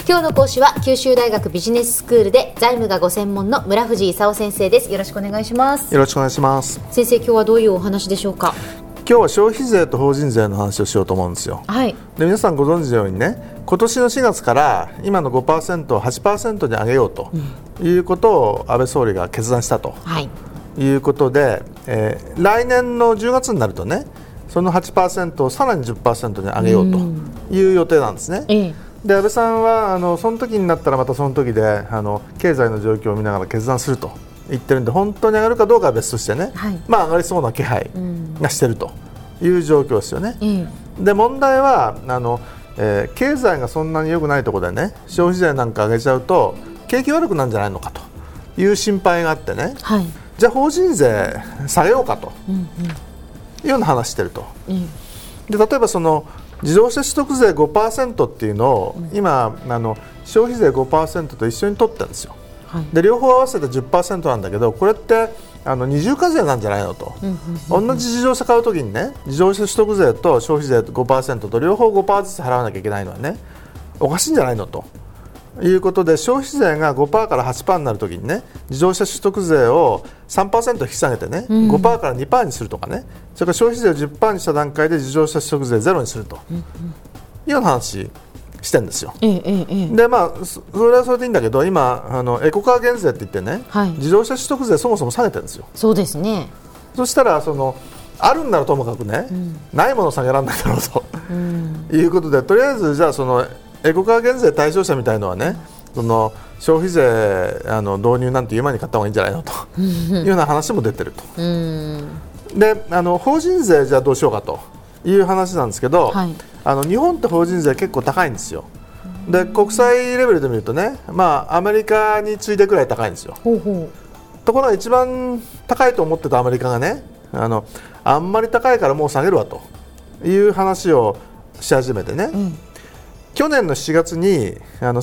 今日の講師は九州大学ビジネススクールで財務がご専門の村藤勲先生です。よろしくお願いします。 よろしくお願いします。 先生、今日はどういうお話でしょうか？ 今日は消費税と法人税の話をしようと思うんですよ。 はい。 で、皆さんご存知のようにね、今年の4月から今の 5% を 8% に上げようということを安倍総理が決断したと、いうことで、来年の10月になるとね、その 8% をさらに 10% に上げようという予定なんですね。で、安倍さんはその時になったらまたその時で経済の状況を見ながら決断すると言ってるんで、本当に上がるかどうかは別としてね、上がりそうな気配がしているという状況ですよね。で、問題は経済がそんなに良くないところでね、消費税なんか上げちゃうと景気悪くなるんじゃないのかという心配があってね、じゃあ法人税下げようかというような話してると。で、例えばその自動車取得税 5% っていうのを今消費税 5% と一緒に取ってるんですよ。で、両方合わせて 10% なんだけど、これって二重課税なんじゃないのと、同じ自動車買うときにね、自動車取得税と消費税 5% と両方 5% ずつ払わなきゃいけないのはね、おかしいんじゃないのということで、消費税が 5% から 8% になるときにね、自動車取得税を 3% 引き下げてね、5% から 2% にするとかね、それから消費税を 10% にした段階で自動車取得税ゼロにするというような話してるんですよ。で、それはそれでいいんだけど、今エコカー減税って言ってね、自動車取得税そもそも下げてるんですよ。 そうですね。 そしたらあるんならともかくね、ないものを下げられないだろうと、いうことで、とりあえずじゃあエコカー減税対象者みたいのはね、消費税導入なんていう前に買った方がいいんじゃないのというような話も出てると。で、法人税じゃあどうしようかという話なんですけど、日本って法人税結構高いんですよ。で、国際レベルで見るとね、アメリカに次いでくらい高いんですよ。ところが一番高いと思ってたアメリカがね、あんまり高いからもう下げるわという話をし始めてね、去年の7月に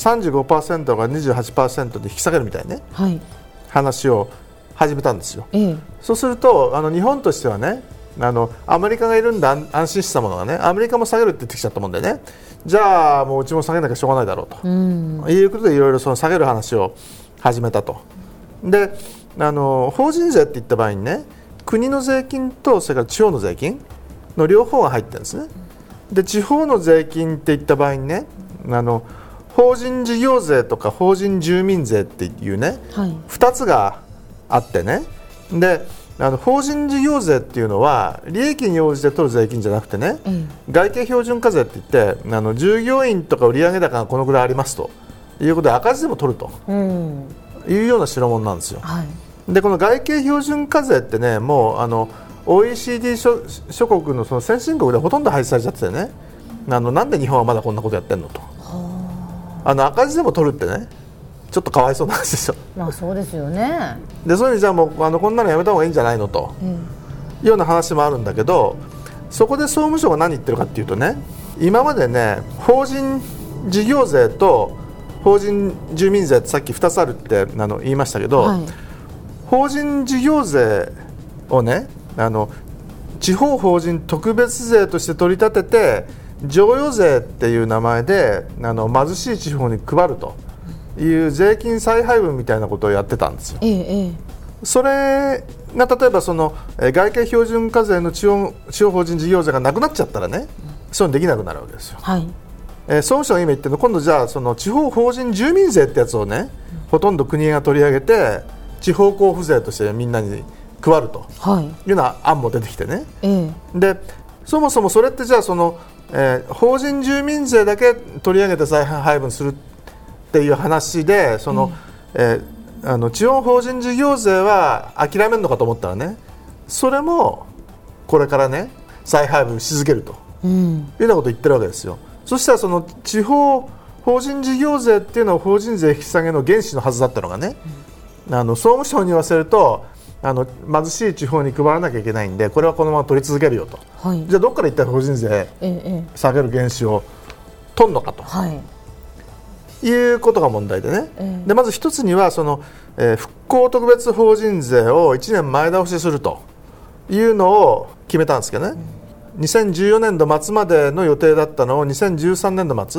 35% が 28% で引き下げるみたいなね、話を始めたんですよ。そうすると日本としてはね、アメリカがいるんだ安心したものがね、アメリカも下げるって言ってきちゃったもんでね、じゃあもううちも下げなきゃしょうがないだろうと、いうことでいろいろ下げる話を始めたと。で、法人税って言った場合にね、国の税金とそれから地方の税金の両方が入ってるんですね。で、地方の税金って言った場合にね、法人事業税とか法人住民税っていうね、2つがあってね、で法人事業税っていうのは利益に応じて取る税金じゃなくてね、外形標準課税って言って従業員とか売上高がこのぐらいありますということで赤字でも取るというような代物なんですよ。で、この外形標準課税ってね、もうOECD 諸国の先進国でほとんど廃止されちゃっててね、なんで日本はまだこんなことやってんのと、赤字でも取るってね、ちょっとかわいそうな話でしょ。 そうですよね。 で、そういうじゃあもうこんなのやめた方がいいんじゃないのと、いうような話もあるんだけど、そこで総務省が何言ってるかっていうとね、今までね、法人事業税と法人住民税ってさっき2つあるって言いましたけど、法人事業税をね、地方法人特別税として取り立てて譲与税っていう名前で貧しい地方に配るという税金再配分みたいなことをやってたんですよ。それが例えば外形標準課税の地方法人事業税がなくなっちゃったらね、そういうのできなくなるわけですよ。総務省が今言ってるの、今度じゃあ地方法人住民税ってやつをね、ほとんど国が取り上げて地方交付税としてみんなに配るというような案も出てきてね、でそもそもそれってじゃあ法人住民税だけ取り上げて再配分するっていう話で地方法人事業税は諦めるのかと思ったらね、それもこれからね再配分し続けるというようなことを言ってるわけですよ。そしたら地方法人事業税っていうのは法人税引き下げの原資のはずだったのがね、総務省に言わせると貧しい地方に配らなきゃいけないんで、これはこのまま取り続けるよと、じゃあどっから一体法人税下げる原資を取るのかと、いうことが問題でね、でまず一つには復興特別法人税を1年前倒しするというのを決めたんですけどね、2014年度末までの予定だったのを2013年度末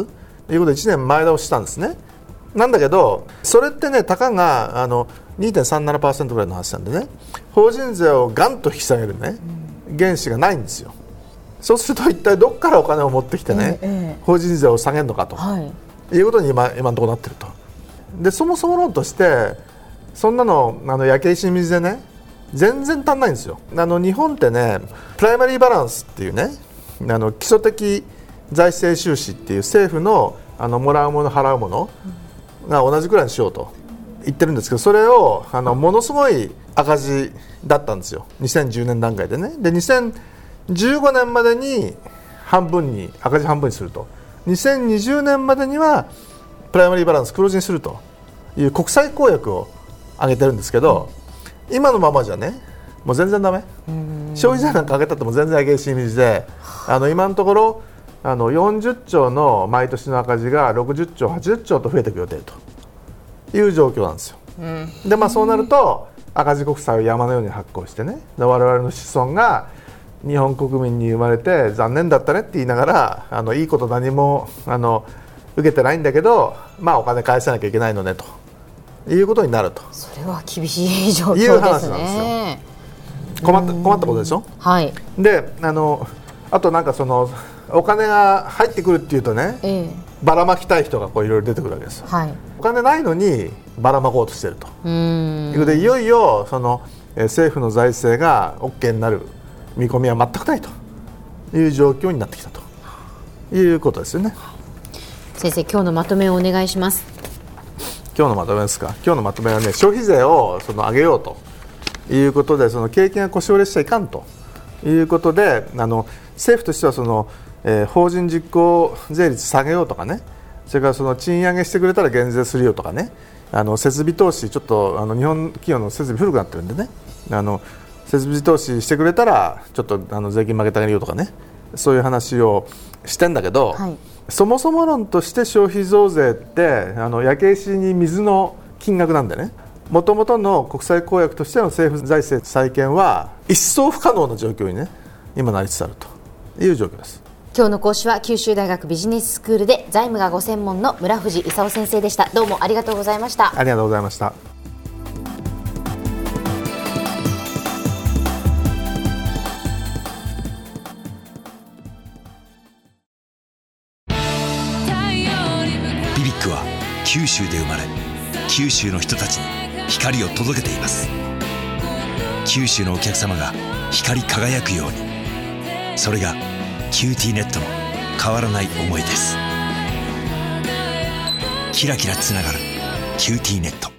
いうことで1年前倒ししたんですね。なんだけどそれってね、たかが2.37% ぐらいの話なんでね、法人税をガンと引き下げるね、原資がないんですよ。そうすると一体どこからお金を持ってきてね、法人税を下げるのかと、いうことに今のところなってると。でそもそも論としてそんなの焼け石に水でね全然足んないんですよ。日本ってねプライマリーバランスっていうね基礎的財政収支っていう政府のもらうもの払うものが同じくらいにしようと言ってるんですけど、それをものすごい赤字だったんですよ、2010年段階でね。で2015年までに赤字半分にすると、2020年までにはプライマリーバランス黒字にするという国際公約を上げてるんですけど、今のままじゃねもう全然ダメ。消費税なんか上げたっても全然上げ石水で、今のところ40兆の毎年の赤字が60兆80兆と増えていく予定という状況なんですよ。でそうなると赤字国債を山のように発行してね、我々の子孫が日本国民に生まれて残念だったねって言いながらいいこと何も受けてないんだけど、お金返さなきゃいけないのねということになると。 それは厳しい状況ですね。 いう話なんですよ。困ったことでしょ。であとなんかお金が入ってくるっていうとね、ばらまきたい人がいろいろ出てくるわけですよ。お金ないのにばらまこうとしているということで、いよいよ政府の財政が OK になる見込みは全くないという状況になってきたということですよね。 先生、今日のまとめをお願いします。 今日のまとめですか。今日のまとめはね、消費税を上げようということで、景気が腰折れしちゃいかんということで、政府としては法人実効税率下げようとかね、それから賃上げしてくれたら減税するよとかね、設備投資ちょっと日本企業の設備古くなってるんでね、設備投資してくれたらちょっと税金負けてあげるよとかね、そういう話をしてんだけど、そもそも論として消費増税って焼け石に水の金額なんでね、もともとの国際公約としての政府財政再建は一層不可能な状況にね今なりつつあるという状況です。 今日の講師は九州大学ビジネススクールで財務がご専門の村藤勲先生でした。どうもありがとうございました。 ありがとうございました。 ビビックは九州で生まれ、九州の人たちに光を届けています。九州のお客様が光り輝くように、それがキューティーネットの変わらない思いです。キラキラつながるキューティーネット。